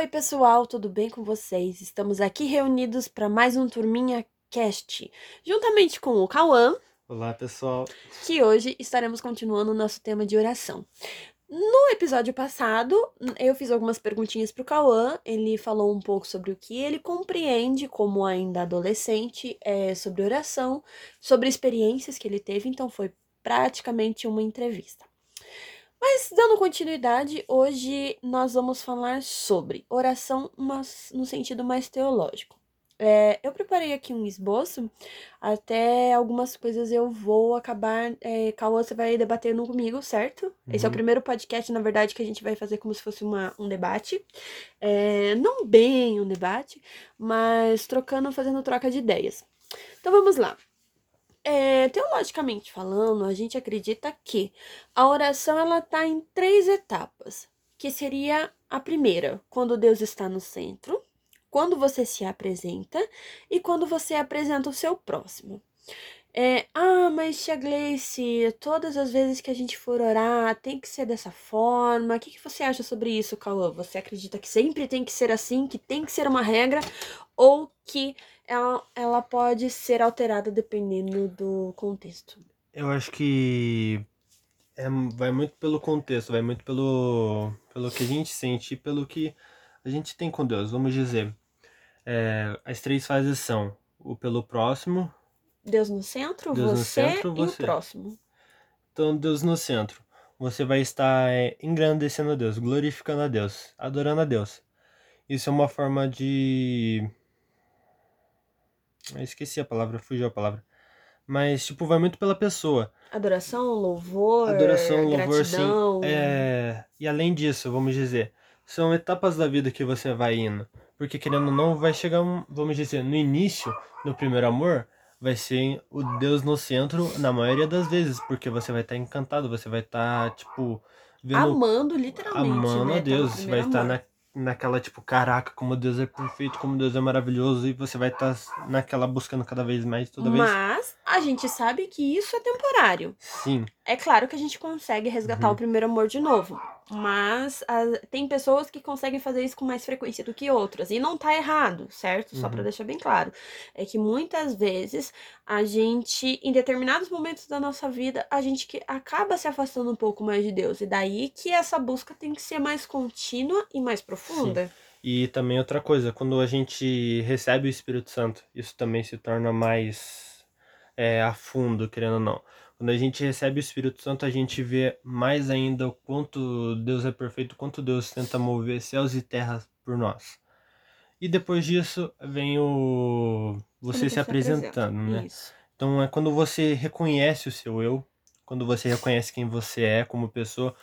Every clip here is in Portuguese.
Oi, pessoal, tudo bem com vocês? Estamos aqui reunidos para mais um Turminha Cast, juntamente com o Cauã, Olá, pessoal. que hoje estaremos continuando o nosso tema de oração. No episódio passado, eu fiz algumas perguntinhas para o Cauã, ele falou um pouco sobre o que ele compreende como ainda adolescente, sobre oração, sobre experiências que ele teve, então foi praticamente uma entrevista. Mas, dando continuidade, hoje nós vamos falar sobre oração, mas no sentido mais teológico. Eu preparei aqui um esboço, até algumas coisas eu vou acabar. Cauã, você vai debatendo comigo, certo? Esse é o Uhum. primeiro podcast, na verdade, que a gente vai fazer como se fosse um debate. Não bem um debate, mas trocando, fazendo troca de ideias. Então vamos lá. Teologicamente falando, a gente acredita que a oração ela está em três etapas, que seria a primeira, quando Deus está no centro, quando você se apresenta e quando você apresenta o seu próximo. Mas tia Gleice, todas as vezes que a gente for orar, tem que ser dessa forma. O que você acha sobre isso, Cauã? Você acredita que sempre tem que ser assim, que tem que ser uma regra, ou que ela pode ser alterada dependendo do contexto? Eu acho que vai muito pelo contexto, vai muito pelo que a gente sente e pelo que a gente tem com Deus. Vamos dizer, as três fases são o pelo próximo, Deus no centro, Deus no você centro, e o você. próximo. Então, Deus no centro. Você vai estar engrandecendo a Deus, glorificando a Deus, adorando a Deus. Isso é uma forma de. Eu esqueci a palavra, fugiu a palavra. Mas, tipo, vai muito pela pessoa. Adoração, louvor, Adoração, louvor, sim. gratidão. E além disso, vamos dizer, são etapas da vida que você vai indo. Porque querendo ou não, vai chegar vamos dizer, no início, no primeiro amor, vai ser o Deus no centro na maioria das vezes. Porque você vai estar encantado, você vai estar, tipo, vendo, Amando literalmente, amando a né? Tá no Deus. Você vai primeiro estar amor. naquela, tipo, caraca, como Deus é perfeito, como Deus é maravilhoso. E você vai estar naquela buscando cada vez mais, toda vez. Mas a gente sabe que isso é temporário. Sim. É claro que a gente consegue resgatar o Uhum. primeiro amor de novo, mas tem pessoas que conseguem fazer isso com mais frequência do que outras, e não tá errado, certo? Só pra Uhum. deixar bem claro. É que muitas vezes a gente, em determinados momentos da nossa vida, a gente que acaba se afastando um pouco mais de Deus, e daí que essa busca tem que ser mais contínua e mais Sim. profunda. E também outra coisa, quando a gente recebe o Espírito Santo, isso também se torna mais a fundo, querendo ou não. Quando a gente recebe o Espírito Santo, a gente vê mais ainda o quanto Deus é perfeito, o quanto Deus tenta mover céus e terras por nós. E depois disso vem o Quando você se você apresenta. apresentando, né? Isso. Então é quando você reconhece o seu eu, quando você reconhece quem você é como pessoa,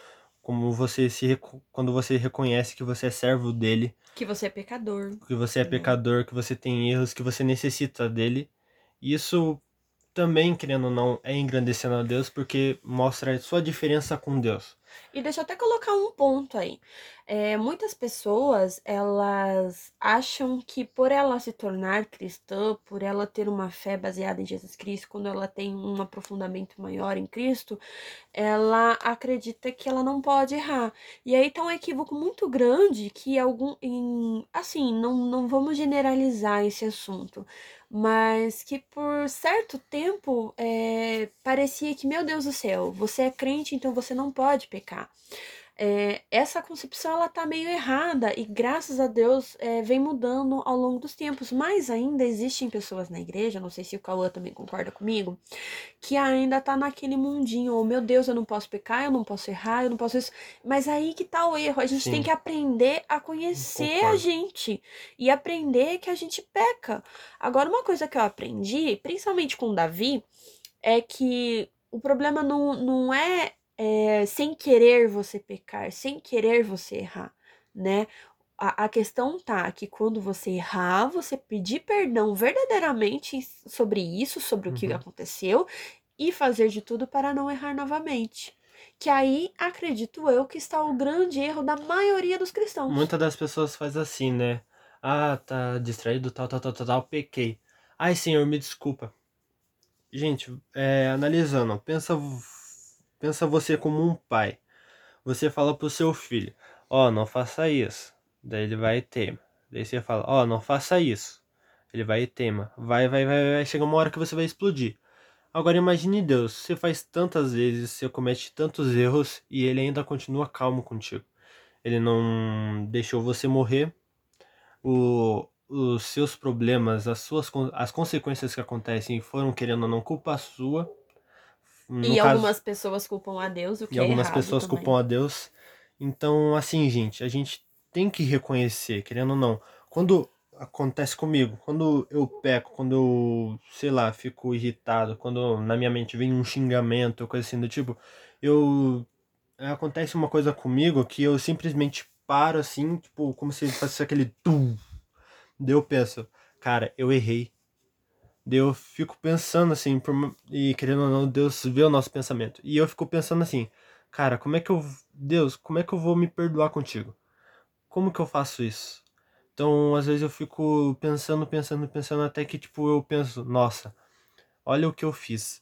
quando você reconhece que você é servo dele, Que você é pecador, que você é né? pecador, que você tem erros, que você necessita dele. Isso também, querendo ou não, é engrandecendo a Deus porque mostra a sua diferença com Deus. E deixa eu até colocar um ponto aí. Muitas pessoas, elas acham que por ela se tornar cristã, por ela ter uma fé baseada em Jesus Cristo, quando ela tem um aprofundamento maior em Cristo, ela acredita que ela não pode errar. E aí tá um equívoco muito grande que assim, não vamos generalizar esse assunto, mas que por certo tempo parecia que, meu Deus do céu, você é crente, então você não pode pecar. Essa concepção ela tá meio errada e graças a Deus vem mudando ao longo dos tempos, mas ainda existem pessoas na igreja, não sei se o Cauã também concorda comigo, que ainda tá naquele mundinho, oh meu Deus, eu não posso pecar, eu não posso errar, eu não posso isso. Mas aí que tá o erro, a gente tem Sim, que aprender a conhecer a concordo. gente e aprender que a gente peca. Agora, uma coisa que eu aprendi, principalmente com Davi, é que o problema não é sem querer você pecar, sem querer você errar, né? A questão tá que quando você errar, você pedir perdão verdadeiramente sobre isso, sobre o que Uhum. aconteceu, e fazer de tudo para não errar novamente. Que aí, acredito eu, que está o grande erro da maioria dos cristãos. Muitas das pessoas faz assim, né? Ah, tá distraído, tal, tal, tal, tal, tal, pequei. Ai, Senhor, me desculpa. Gente, analisando, pensa você como um pai. Você fala pro seu filho, ó, não faça isso. Daí ele vai e teima. Daí você fala, ó, não faça isso. Ele vai e teima. Vai. Chega uma hora que você vai explodir. Agora imagine Deus, você faz tantas vezes, você comete tantos erros e ele ainda continua calmo contigo. Ele não deixou você morrer. Os seus problemas, as consequências que acontecem foram, querendo ou não, culpa sua. No E caso, algumas pessoas culpam a Deus, o e que é algumas errado pessoas também. culpam a Deus. Então, assim, gente, a gente tem que reconhecer, querendo ou não, quando acontece comigo, quando eu peco, quando eu, sei lá, fico irritado, quando na minha mente vem um xingamento, coisa assim do tipo, eu acontece uma coisa comigo que eu simplesmente paro assim, tipo, como se fosse aquele tum. Daí eu penso, cara, eu errei. Daí eu fico pensando assim, e querendo ou não, Deus vê o nosso pensamento. E eu fico pensando assim, cara, Deus, como é que eu vou me perdoar contigo? Como que eu faço isso? Então, às vezes eu fico pensando, até que, tipo, eu penso, nossa, olha o que eu fiz.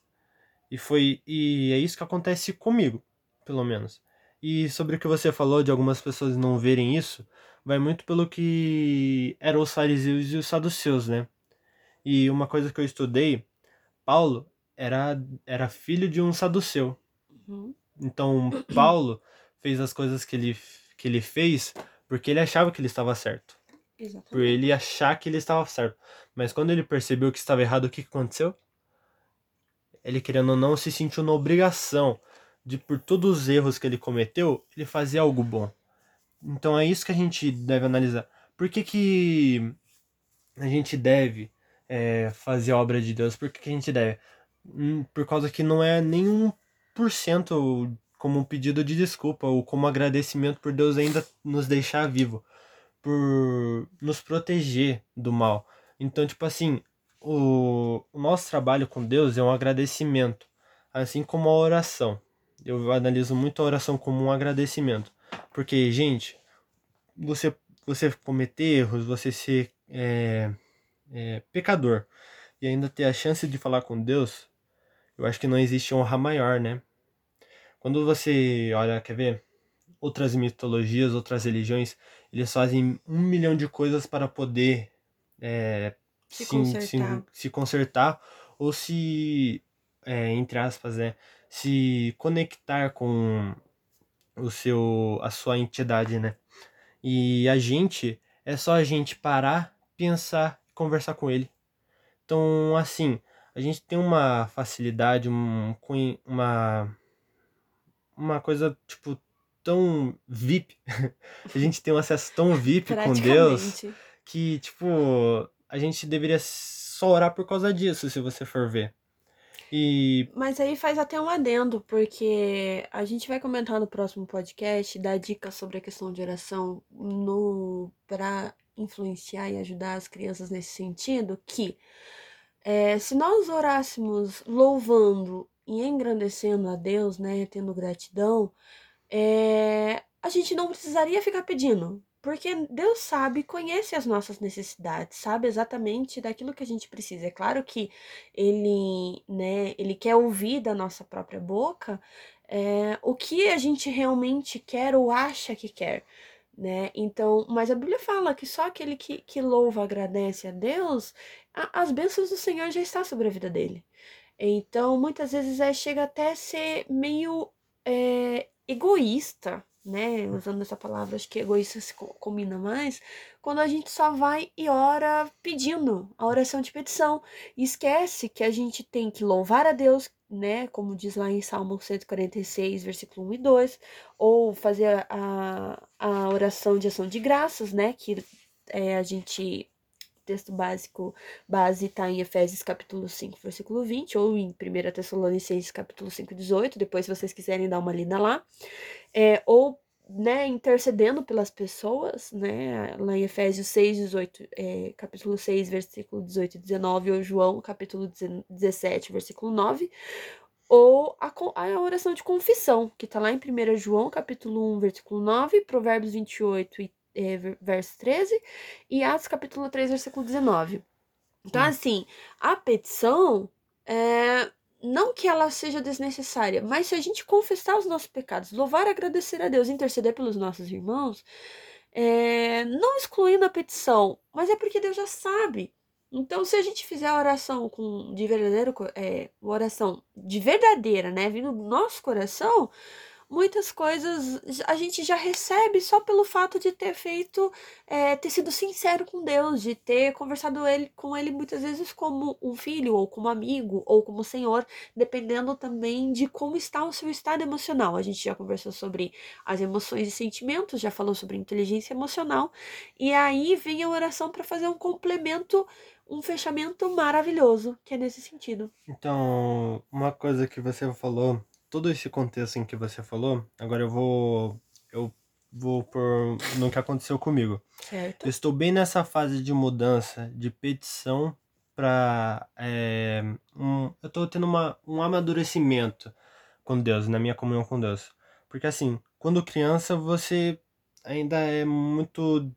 E é isso que acontece comigo, pelo menos. E sobre o que você falou de algumas pessoas não verem isso, vai muito pelo que eram os fariseus e os saduceus, né? E uma coisa que eu estudei, Paulo era filho de um saduceu. Uhum. Então, Paulo fez as coisas que ele fez porque ele achava que ele estava certo. Por ele Exatamente. achar que ele estava certo. Mas quando ele percebeu que estava errado, o que aconteceu? Ele, querendo ou não, se sentiu na obrigação de, por todos os erros que ele cometeu, ele fazer algo bom. Então é isso que a gente deve analisar. Por que, que a gente deve fazer a obra de Deus? Por que, que a gente deve? Por causa que não é nenhum por cento como um pedido de desculpa ou como agradecimento por Deus ainda nos deixar vivo, por nos proteger do mal. Então, tipo assim, o nosso trabalho com Deus é um agradecimento, assim como a oração. Eu analiso muito a oração como um agradecimento. Porque, gente, você, você cometer erros, você ser pecador e ainda ter a chance de falar com Deus, eu acho que não existe honra maior, né? Quando você olha, quer ver? Outras mitologias, outras religiões, eles fazem 1 milhão de coisas para poder é, Se consertar. se consertar ou entre aspas, se conectar com a sua entidade, né? E a gente, é só a gente parar, pensar, conversar com ele. Então, assim, a gente tem uma facilidade, uma coisa, tipo, tão VIP. A gente tem um acesso tão VIP com Deus Praticamente. que, tipo, a gente deveria só orar por causa disso, se você for ver. E. Mas aí faz até um adendo, porque a gente vai comentar no próximo podcast, dar dicas sobre a questão de oração no para influenciar e ajudar as crianças nesse sentido, que se nós orássemos louvando e engrandecendo a Deus, né, tendo gratidão, a gente não precisaria ficar pedindo, porque Deus sabe, conhece as nossas necessidades, sabe exatamente daquilo que a gente precisa. É claro que Ele, né, Ele quer ouvir da nossa própria boca o que a gente realmente quer ou acha que quer. Né? Então, mas a Bíblia fala que só aquele que louva, agradece a Deus, as bênçãos do Senhor já está sobre a vida dele. Então, muitas vezes chega até a ser meio egoísta, né? Usando essa palavra, acho que egoísta se combina mais, quando a gente só vai e ora pedindo, a oração de petição. E esquece que a gente tem que louvar a Deus, né? Como diz lá em Salmo 146, versículo 1 e 2, ou fazer a oração de ação de graças, né? Que a gente texto básico base está em Efésios capítulo 5, versículo 20, ou em 1 Tessalonicenses capítulo 5, 18, depois se vocês quiserem dar uma lida lá, ou né, intercedendo pelas pessoas, né, lá em Efésios 6, 18, capítulo 6, versículo 18 e 19, ou João, capítulo 17, versículo 9, ou a oração de confissão, que está lá em 1 João, capítulo 1, versículo 9, Provérbios 28, verso 13, e Atos, capítulo 3, versículo 19. Então, assim, a petição, não que ela seja desnecessária, mas se a gente confessar os nossos pecados, louvar, agradecer a Deus, interceder pelos nossos irmãos, não excluindo a petição, mas é porque Deus já sabe. Então, se a gente fizer a oração de verdadeiro, oração de verdadeira, né, vindo do nosso coração, muitas coisas a gente já recebe só pelo fato de ter feito, ter sido sincero com Deus, de ter conversado com ele muitas vezes como um filho, ou como amigo, ou como Senhor, dependendo também de como está o seu estado emocional. A gente já conversou sobre as emoções e sentimentos, já falou sobre inteligência emocional, e aí vem a oração para fazer um complemento, um fechamento maravilhoso, que é nesse sentido. Então, uma coisa que você falou, todo esse contexto em que você falou, agora eu vou por no que aconteceu comigo. Eu Certo? estou bem nessa fase de mudança, de petição para eu estou tendo um amadurecimento com Deus, na minha comunhão com Deus. Porque assim, quando criança você ainda é muito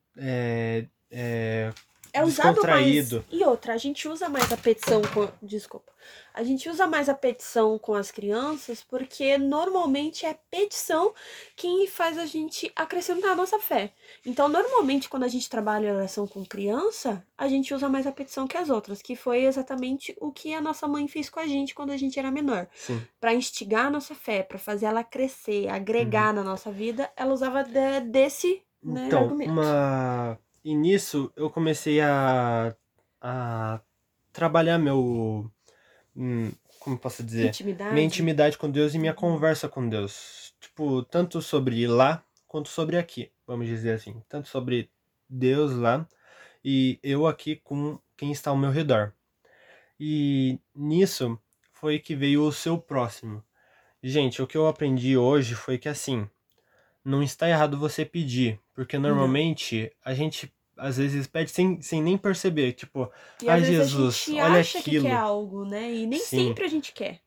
É usado mais. descontraído. E outra, a gente usa mais a petição com. Desculpa. A gente usa mais a petição com as crianças porque normalmente é petição quem faz a gente acrescentar a nossa fé. Então, normalmente, quando a gente trabalha a oração com criança, a gente usa mais a petição que as outras, que foi exatamente o que a nossa mãe fez com a gente quando a gente era menor. Sim. Para instigar a nossa fé, para fazer ela crescer, Uhum. agregar na nossa vida, ela usava desse, né, Então, argumento. e nisso eu comecei a trabalhar hum, como posso dizer, minha Intimidade. intimidade com Deus e minha Uhum. conversa com Deus. Tipo, tanto sobre lá quanto sobre aqui, vamos dizer assim. Tanto sobre Deus lá e eu aqui com quem está ao meu redor. E nisso foi que veio o seu próximo. Gente, o que eu aprendi hoje foi que assim, não está errado você pedir, porque Não. normalmente a gente às vezes pede sem nem perceber, tipo, E às ai vezes a Jesus, gente olha acha que quer aquilo. algo, né? E nem Sim. sempre a gente quer.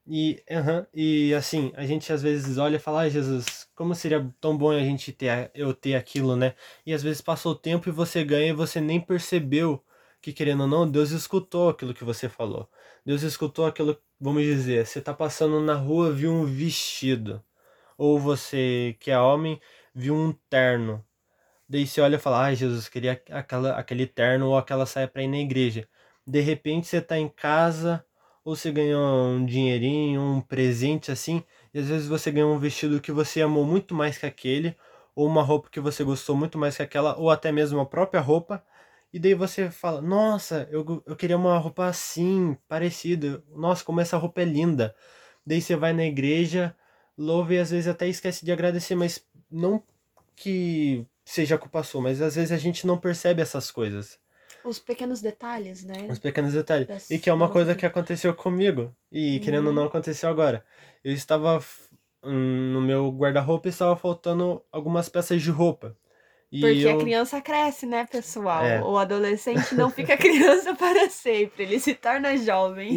E assim, a gente às vezes olha e fala, ai Jesus, como seria tão bom a gente eu ter aquilo, né? E às vezes passou o tempo e você ganha e você nem percebeu que, querendo ou não, Deus escutou aquilo que você falou. Deus escutou aquilo, vamos dizer, você tá passando na rua, viu um vestido. Ou você, que é homem, viu um terno. Daí você olha e fala, ai Jesus, queria aquele terno ou aquela saia pra ir na igreja. De repente você tá em casa, ou você ganhou um dinheirinho, um presente assim, e às vezes você ganhou um vestido que você amou muito mais que aquele, ou uma roupa que você gostou muito mais que aquela, ou até mesmo a própria roupa. E daí você fala, nossa, eu queria uma roupa assim, parecida. Nossa, como essa roupa é linda. Daí você vai na igreja, louva e às vezes até esquece de agradecer, mas não que seja culpa sua, mas às vezes a gente não percebe essas coisas, Os pequenos detalhes, os né? pequenos detalhes. E que é Da uma nossa coisa que vida. aconteceu comigo, e querendo ou não Uhum. aconteceu agora. Eu estava no meu guarda-roupa e estava faltando algumas peças de roupa. E Porque a eu, criança cresce, né, pessoal? é, O adolescente não fica criança para sempre, ele se torna jovem.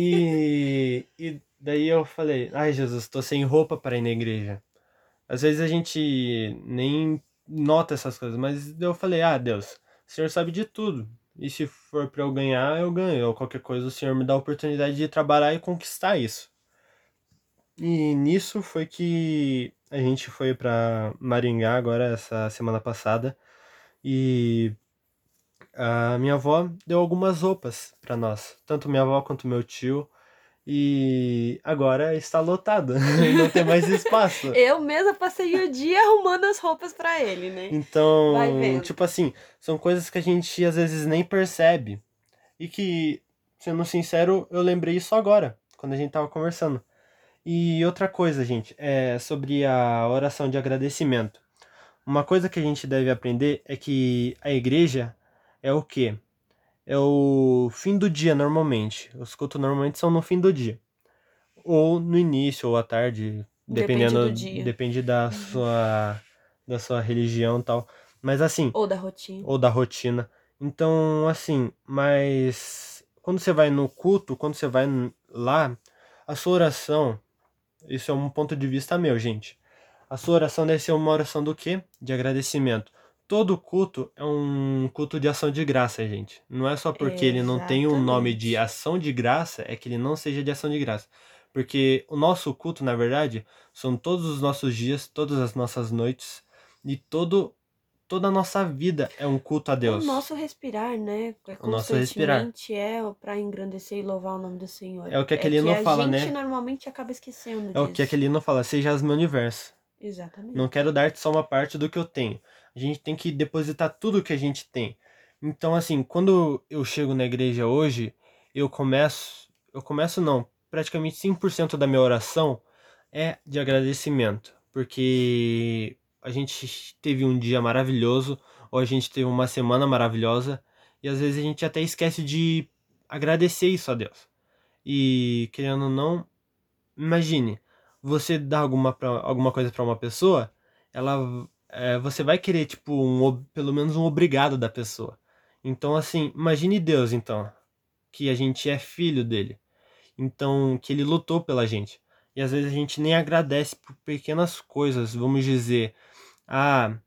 e daí eu falei, ai Jesus, tô sem roupa para ir na igreja. Às vezes a gente nem nota essas coisas, mas eu falei, ah, Deus, o Senhor sabe de tudo. E se for para eu ganhar, eu ganho. Ou qualquer coisa, o Senhor me dá a oportunidade de trabalhar e conquistar isso. E nisso foi que a gente foi para Maringá agora, essa semana passada. E a minha avó deu algumas roupas para nós. Tanto minha avó quanto meu tio. E agora está lotado, não tem mais espaço. Eu mesma passei o dia arrumando as roupas para ele, né? Vai Então, vendo. tipo assim, são coisas que a gente às vezes nem percebe. E que, sendo sincero, eu lembrei isso agora, quando a gente tava conversando. E outra coisa, gente, é sobre a oração de agradecimento. Uma coisa que a gente deve aprender é que a igreja é o quê? É o fim do dia normalmente. Os cultos normalmente são no fim do dia. Ou no início, ou à tarde, Depende dependendo, do dia. depende Uhum. da sua religião e tal. Mas assim, Ou da rotina. ou da rotina. Então, assim, mas quando você vai no culto, quando você vai lá, a sua oração, isso é um ponto de vista meu, gente. A sua oração deve ser uma oração do quê? De agradecimento. Todo culto é um culto de ação de graça, gente. Não é só porque ele não tem um nome de Exatamente. ação de graça, é que ele não seja de ação de graça. Porque o nosso culto, na verdade, são todos os nossos dias, todas as nossas noites e toda a nossa vida é um culto a O Deus. nosso respirar, né? O nosso respirar. Constantemente é para engrandecer e louvar o nome do Senhor. É o que É aquele que hino a fala, gente né? normalmente acaba esquecendo É o que disso. aquele hino fala, sejas meu universo. Não Exatamente. quero dar-te só uma parte do que eu tenho. A gente tem que depositar tudo que a gente tem. Então, assim, quando eu chego na igreja hoje, eu começo não, praticamente 100% da minha oração é de agradecimento, porque a gente teve um dia maravilhoso, ou a gente teve uma semana maravilhosa, e às vezes a gente até esquece de agradecer isso a Deus. E querendo ou não, imagine, você dá alguma coisa pra uma pessoa, você vai querer, tipo, pelo menos um obrigado da pessoa. Então, assim, imagine Deus, então, que a gente é filho dele. Então, que ele lutou pela gente. E às vezes a gente nem agradece por pequenas coisas. Vamos dizer, ah,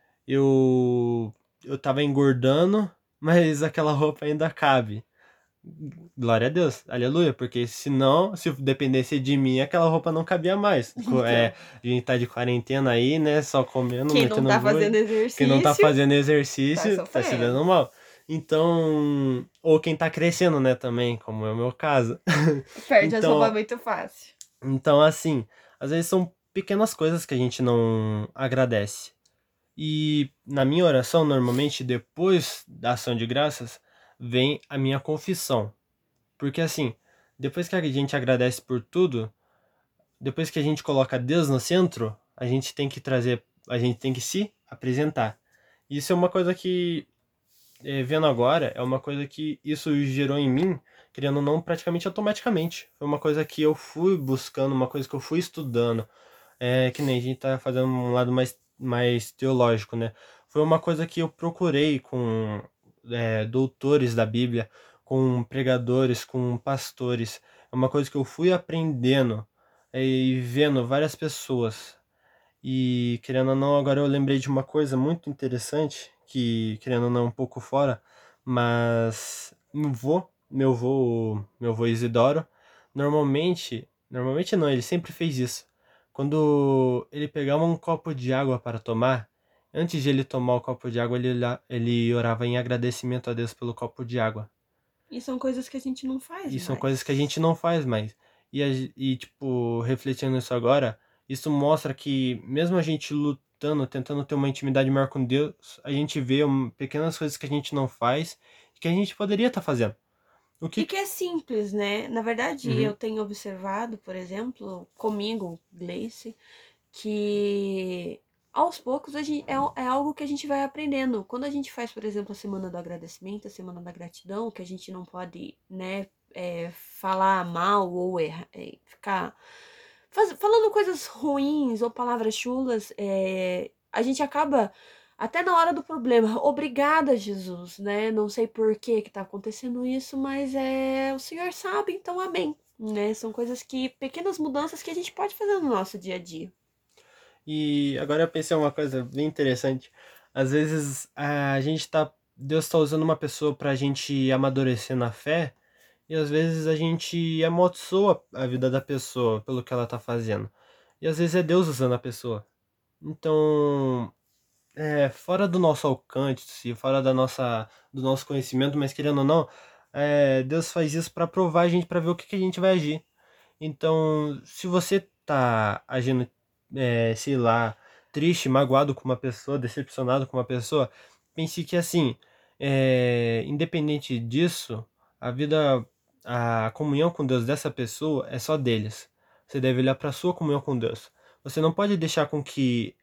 eu tava engordando, mas aquela roupa ainda cabe. Glória a Deus, aleluia, porque senão, se dependesse de mim, aquela roupa não cabia mais. Então, A gente tá de quarentena aí, né? Só comendo, quem não metendo tá fazendo boi. Quem não tá exercício fazendo tá exercício tá se sofrendo. dando mal. Então, ou quem tá crescendo, né, também, como é o meu caso. Perde as roupas Então, muito fácil. então assim, às vezes são pequenas coisas que a gente não agradece. E na minha oração, normalmente, depois da ação de graças, vem a minha confissão. Porque assim, depois que a gente agradece por tudo, depois que a gente coloca Deus no centro, a gente tem que se apresentar. Isso é uma coisa que, vendo agora, é uma coisa que isso gerou em mim, querendo ou não, praticamente automaticamente. Foi uma coisa que eu fui buscando, uma coisa que eu fui estudando. É que nem a gente tá fazendo um lado mais teológico, né? Foi uma coisa que eu procurei com doutores da Bíblia, com pregadores, com pastores. É uma coisa que eu fui aprendendo e vendo várias pessoas. E querendo ou não, agora eu lembrei de uma coisa muito interessante, que querendo ou não, é um pouco fora, mas meu vô Isidoro, normalmente não, ele sempre fez isso. Quando ele pegava um copo de água para tomar, antes de ele tomar o copo de água, ele orava em agradecimento a Deus pelo copo de água. E são coisas que a gente não faz E são coisas que a gente mais. não faz mais. Tipo, refletindo nisso agora, isso mostra que mesmo a gente lutando, tentando ter uma intimidade maior com Deus, a gente vê pequenas coisas que a gente não faz e que a gente poderia estar fazendo. O E que. que é simples, né? Na verdade, eu Uhum. tenho observado, por exemplo, comigo, Gleice, que aos poucos é algo que a gente vai aprendendo. Quando a gente faz, por exemplo, a semana do agradecimento, a semana da gratidão, que a gente não pode, né, falar mal ou ficar falando coisas ruins ou palavras chulas, a gente acaba até na hora do problema. Obrigada, Jesus, né? Não sei por que tá acontecendo isso, mas o Senhor sabe, então amém. Né? São coisas que, pequenas mudanças que a gente pode fazer no nosso dia a dia. E agora eu pensei uma coisa bem interessante. Às vezes Deus está usando uma pessoa para a gente amadurecer na fé, e às vezes a gente amaldiçoa a vida da pessoa pelo que ela está fazendo. E às vezes é Deus usando a pessoa. Então, fora do nosso alcance, fora do nosso conhecimento, mas querendo ou não, Deus faz isso para provar a gente, para ver o que a gente vai agir. Então, se você tá agindo, sei lá, triste, magoado com uma pessoa, decepcionado com uma pessoa, pense que assim, independente disso, a vida, a comunhão com Deus dessa pessoa é só deles. Você deve olhar para sua comunhão com Deus. Você não pode deixar com que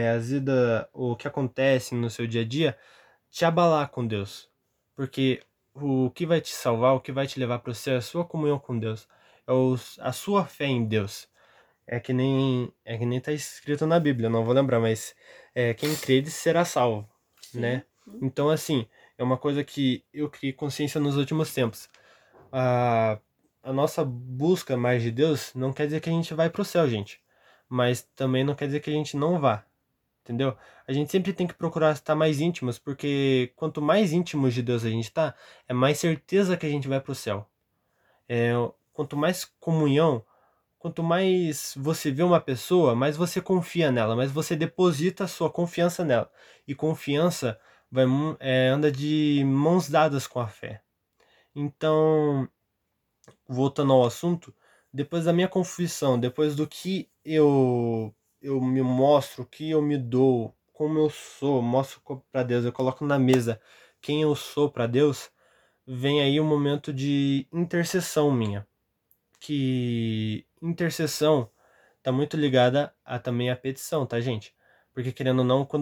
o que acontece no seu dia a dia te abalar com Deus. Porque o que vai te salvar, o que vai te levar para o céu é a sua comunhão com Deus, a sua fé em Deus. É que nem tá escrito na Bíblia, não vou lembrar, mas quem crede será salvo, né? Sim. Então, assim, é uma coisa que eu criei consciência nos últimos tempos. A, a nossa busca mais de Deus não quer dizer que a gente vai pro céu, gente. Mas também não quer dizer que a gente não vá, entendeu? A gente sempre tem que procurar estar mais íntimos, porque quanto mais íntimos de Deus a gente tá, é mais certeza que a gente vai pro céu. É, quanto mais comunhão quanto mais você vê uma pessoa, mais você confia nela, mais você deposita a sua confiança nela. E confiança anda de mãos dadas com a fé. Então, voltando ao assunto, depois da minha confissão, depois do que eu me mostro, o que eu me dou, como eu sou, mostro para Deus, eu coloco na mesa quem eu sou para Deus, vem aí o momento de intercessão minha, que intercessão tá muito ligada a também a petição, tá, gente? Porque querendo ou não,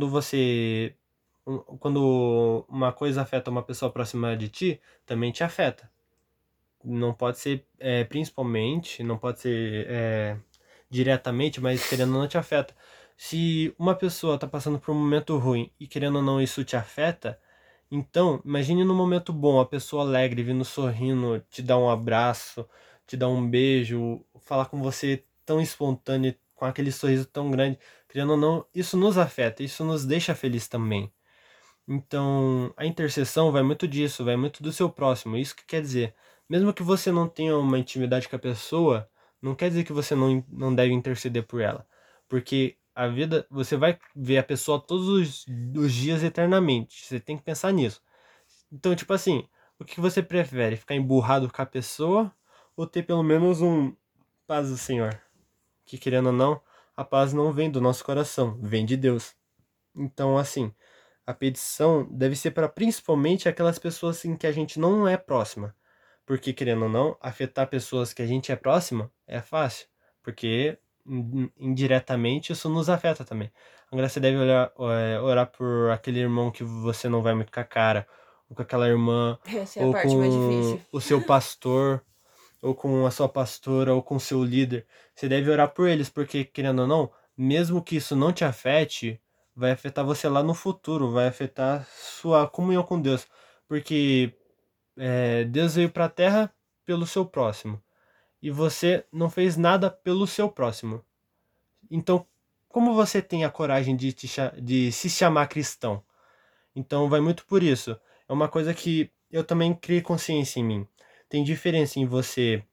quando uma coisa afeta uma pessoa próxima de ti, também te afeta. Não pode ser principalmente, não pode ser diretamente, mas querendo ou não te afeta. Se uma pessoa tá passando por um momento ruim e querendo ou não isso te afeta, então imagine no momento bom, a pessoa alegre vindo sorrindo, te dar um abraço, te dar um beijo, falar com você tão espontâneo, com aquele sorriso tão grande, querendo ou não, isso nos afeta, isso nos deixa feliz também. Então, a intercessão vai muito disso, vai muito do seu próximo. Isso que quer dizer, mesmo que você não tenha uma intimidade com a pessoa, não quer dizer que você não deve interceder por ela. Porque a vida, você vai ver a pessoa todos os dias eternamente. Você tem que pensar nisso. Então, tipo assim, o que você prefere? Ficar emburrado com a pessoa ou ter pelo menos um paz do Senhor? Que querendo ou não, a paz não vem do nosso coração, vem de Deus. Então, assim, a petição deve ser para principalmente aquelas pessoas em que a gente não é próxima. Porque, querendo ou não, afetar pessoas que a gente é próxima é fácil. Porque indiretamente isso nos afeta também. Agora você deve orar por aquele irmão que você não vai muito com a cara, ou com aquela irmã, Essa é a ou parte mais difícil. com o seu pastor, ou com a sua pastora, ou com o seu líder. Você deve orar por eles, porque, querendo ou não, mesmo que isso não te afete, vai afetar você lá no futuro, vai afetar sua comunhão com Deus. Porque Deus veio para a terra pelo seu próximo. E você não fez nada pelo seu próximo. Então, como você tem a coragem de se chamar cristão? Então, vai muito por isso. É uma coisa que eu também criei consciência em mim. Tem diferença em você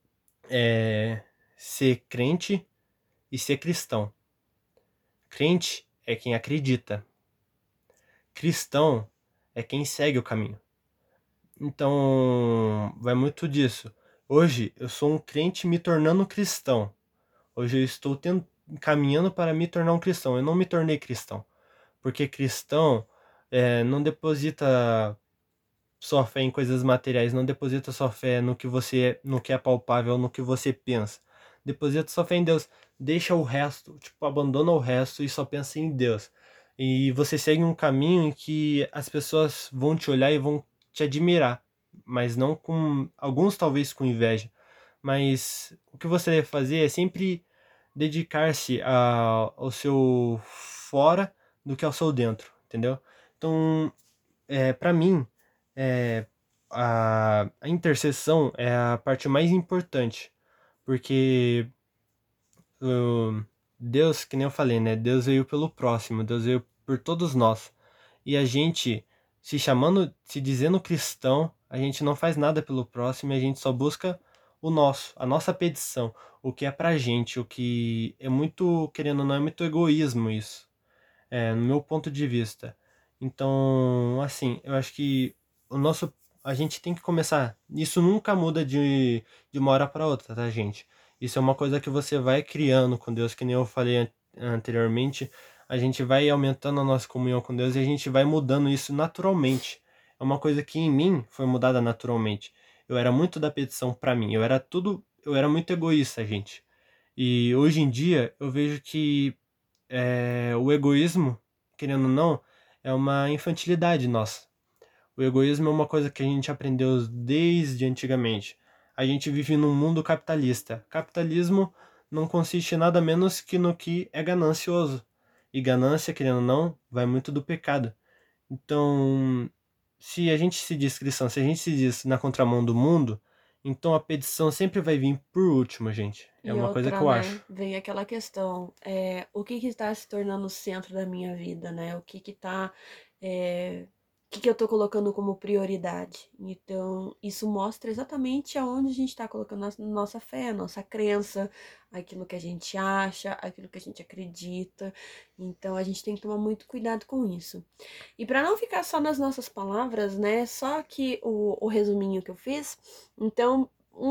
ser crente e ser cristão. Crente é quem acredita. Cristão é quem segue o caminho. Então, vai muito disso. Hoje eu sou um crente me tornando cristão. Hoje eu estou caminhando para me tornar um cristão. Eu não me tornei cristão. Porque cristão não deposita sua fé em coisas materiais, não deposita sua fé no que no que é palpável, no que você pensa. Deposita sua fé em Deus. Deixa o resto, tipo, abandona o resto e só pensa em Deus. E você segue um caminho em que as pessoas vão te olhar e vão te admirar, mas não com alguns talvez com inveja. Mas o que você deve fazer é sempre dedicar-se ao seu fora do que ao seu dentro, entendeu? Então, para mim, é, a intercessão é a parte mais importante, porque Deus, que nem eu falei, né? Deus veio pelo próximo, Deus veio por todos nós. E a gente, se dizendo cristão, a gente não faz nada pelo próximo e a gente só busca o nosso, a nossa petição, o que é pra gente, o que é muito, querendo ou não, é muito egoísmo isso, no meu ponto de vista. Então, assim, eu acho que o nosso, a gente tem que começar. Isso nunca muda de uma hora para outra, tá, gente? Isso é uma coisa que você vai criando com Deus, que nem eu falei anteriormente. A gente vai aumentando a nossa comunhão com Deus e a gente vai mudando isso naturalmente. É uma coisa que em mim foi mudada naturalmente. Eu era muito da petição para mim. Eu era muito egoísta, gente. E hoje em dia eu vejo que o egoísmo, querendo ou não, é uma infantilidade nossa. O egoísmo é uma coisa que a gente aprendeu desde antigamente. A gente vive num mundo capitalista. Capitalismo não consiste em nada menos que no que é ganancioso. E ganância, querendo ou não, vai muito do pecado. Então, se a gente se diz cristão, se a gente se diz na contramão do mundo, então a petição sempre vai vir por último, gente. É E uma coisa que outra, eu né, acho. vem aquela questão, o que que está se tornando o centro da minha vida, né? O que que tá, é, que eu tô colocando como prioridade. Então, isso mostra exatamente aonde a gente tá colocando a nossa fé, a nossa crença, aquilo que a gente acha, aquilo que a gente acredita. Então, a gente tem que tomar muito cuidado com isso. E para não ficar só nas nossas palavras, né? Só que o resuminho que eu fiz. Então,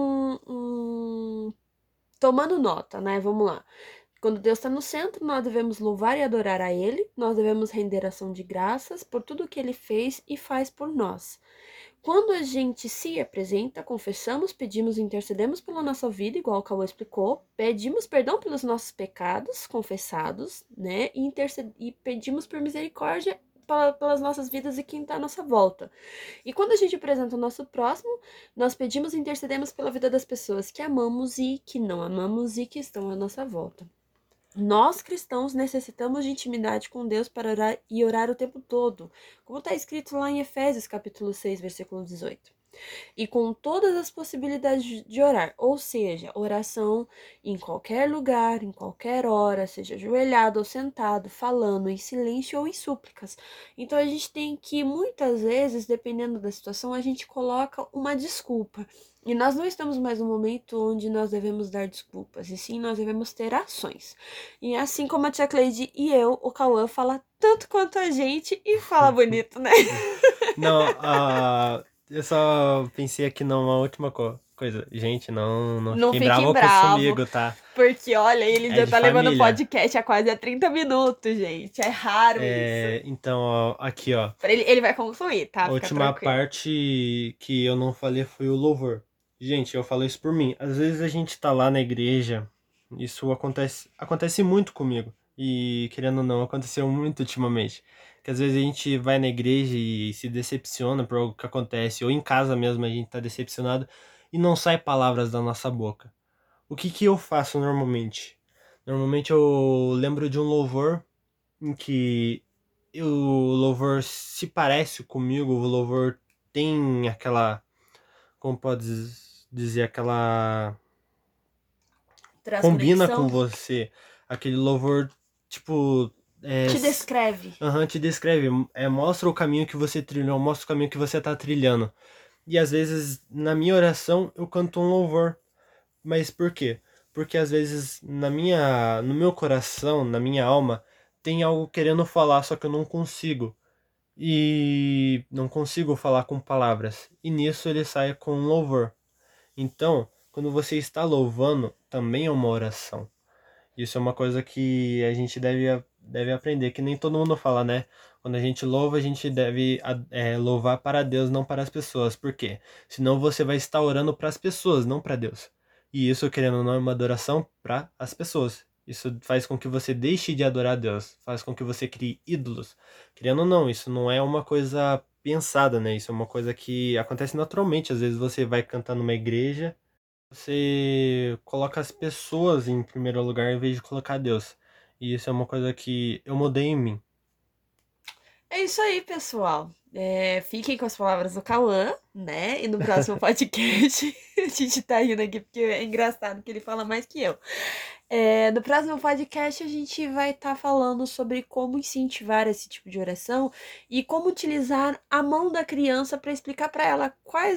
tomando nota, né? Vamos lá. Quando Deus está no centro, nós devemos louvar e adorar a Ele, nós devemos render ação de graças por tudo que Ele fez e faz por nós. Quando a gente se apresenta, confessamos, pedimos e intercedemos pela nossa vida, igual o Cauã explicou, pedimos perdão pelos nossos pecados confessados, né? E pedimos por misericórdia pelas nossas vidas e quem está à nossa volta. E quando a gente apresenta o nosso próximo, nós pedimos e intercedemos pela vida das pessoas que amamos e que não amamos e que estão à nossa volta. Nós cristãos necessitamos de intimidade com Deus para orar e orar o tempo todo, como está escrito lá em Efésios capítulo 6, versículo 18. E com todas as possibilidades de orar, ou seja, oração em qualquer lugar, em qualquer hora, seja ajoelhado ou sentado, falando em silêncio ou em súplicas. Então a gente tem que, muitas vezes, dependendo da situação, a gente coloca uma desculpa. E nós não estamos mais no momento onde nós devemos dar desculpas, e sim nós devemos ter ações. E assim como a tia Cleide e eu, o Cauã fala tanto quanto a gente e fala bonito, né? Não, eu só pensei aqui numa última coisa. Gente, não Não fiquem fiquem bravo bravo, comigo, tá? porque olha, ele É já de tá levando o família. podcast a quase 30 minutos, gente. É raro isso. Então, ó, aqui, ó. Ele vai concluir, A tá? Fica última tranquilo. parte que eu não falei foi o louvor. Gente, eu falo isso por mim. Às vezes a gente tá lá na igreja, isso acontece muito comigo. E querendo ou não, aconteceu muito ultimamente. Que às vezes a gente vai na igreja e se decepciona por algo que acontece, ou em casa mesmo a gente tá decepcionado e não sai palavras da nossa boca. O que que eu faço normalmente? Normalmente eu lembro de um louvor em que o louvor se parece comigo, o louvor tem aquela, como pode dizer, aquela Traz combina com conexão? você, aquele louvor tipo Te descreve. te descreve, mostra o caminho que você trilhou, mostra o caminho que você tá trilhando. E às vezes na minha oração eu canto um louvor. Mas por quê? Porque às vezes no meu coração, na minha alma, tem algo querendo falar, só que eu não consigo. E não consigo falar com palavras. E nisso ele sai com um louvor. Então, quando você está louvando, também é uma oração. Isso é uma coisa que a gente deve aprender, que nem todo mundo fala, né? Quando a gente louva, a gente deve louvar para Deus, não para as pessoas. Por quê? Senão você vai estar orando para as pessoas, não para Deus. E isso, querendo ou não, é uma adoração para as pessoas. Isso faz com que você deixe de adorar a Deus, faz com que você crie ídolos. Querendo ou não, isso não é uma coisa pensada, né? Isso é uma coisa que acontece naturalmente. Às vezes você vai cantar numa igreja, você coloca as pessoas em primeiro lugar em vez de colocar Deus. E isso é uma coisa que eu mudei em mim. É isso aí, pessoal. Fiquem com as palavras do Cauã, né? E no próximo podcast, a gente tá rindo aqui porque é engraçado que ele fala mais que eu. No próximo podcast, a gente vai estar falando sobre como incentivar esse tipo de oração e como utilizar a mão da criança para explicar para ela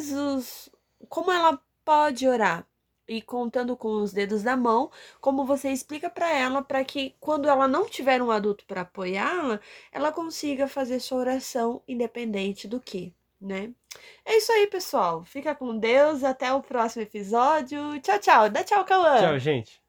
como ela pode orar. E contando com os dedos da mão, como você explica para ela, para que quando ela não tiver um adulto para apoiá-la, ela consiga fazer sua oração independente do que, né? É isso aí, pessoal. Fica com Deus. Até o próximo episódio. Tchau, tchau. Dá tchau, Tchau, Cauã. gente.